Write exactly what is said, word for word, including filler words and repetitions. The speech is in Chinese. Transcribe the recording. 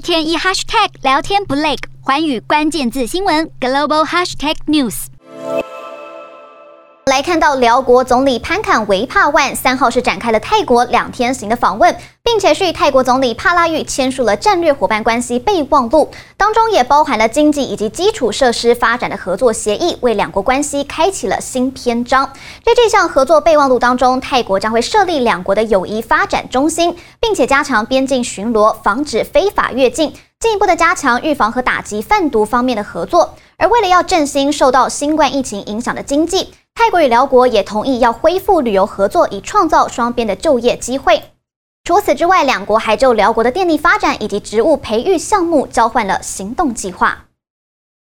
天一 hashtag 聊天不累，寰宇关键字新闻 global hashtag news。 来看到辽国总理潘坎维帕万三号是展开了泰国两天行的访问，并且是与泰国总理帕拉育签署了战略伙伴关系备忘录，当中也包含了经济以及基础设施发展的合作协议，为两国关系开启了新篇章。在这项合作备忘录当中，泰国将会设立两国的友谊发展中心，并且加强边境巡逻，防止非法越境，进一步的加强预防和打击贩毒方面的合作。而为了要振兴受到新冠疫情影响的经济，泰国与辽国也同意要恢复旅游合作，以创造双边的就业机会。除此之外，两国还就辽国的电力发展以及植物培育项目交换了行动计划。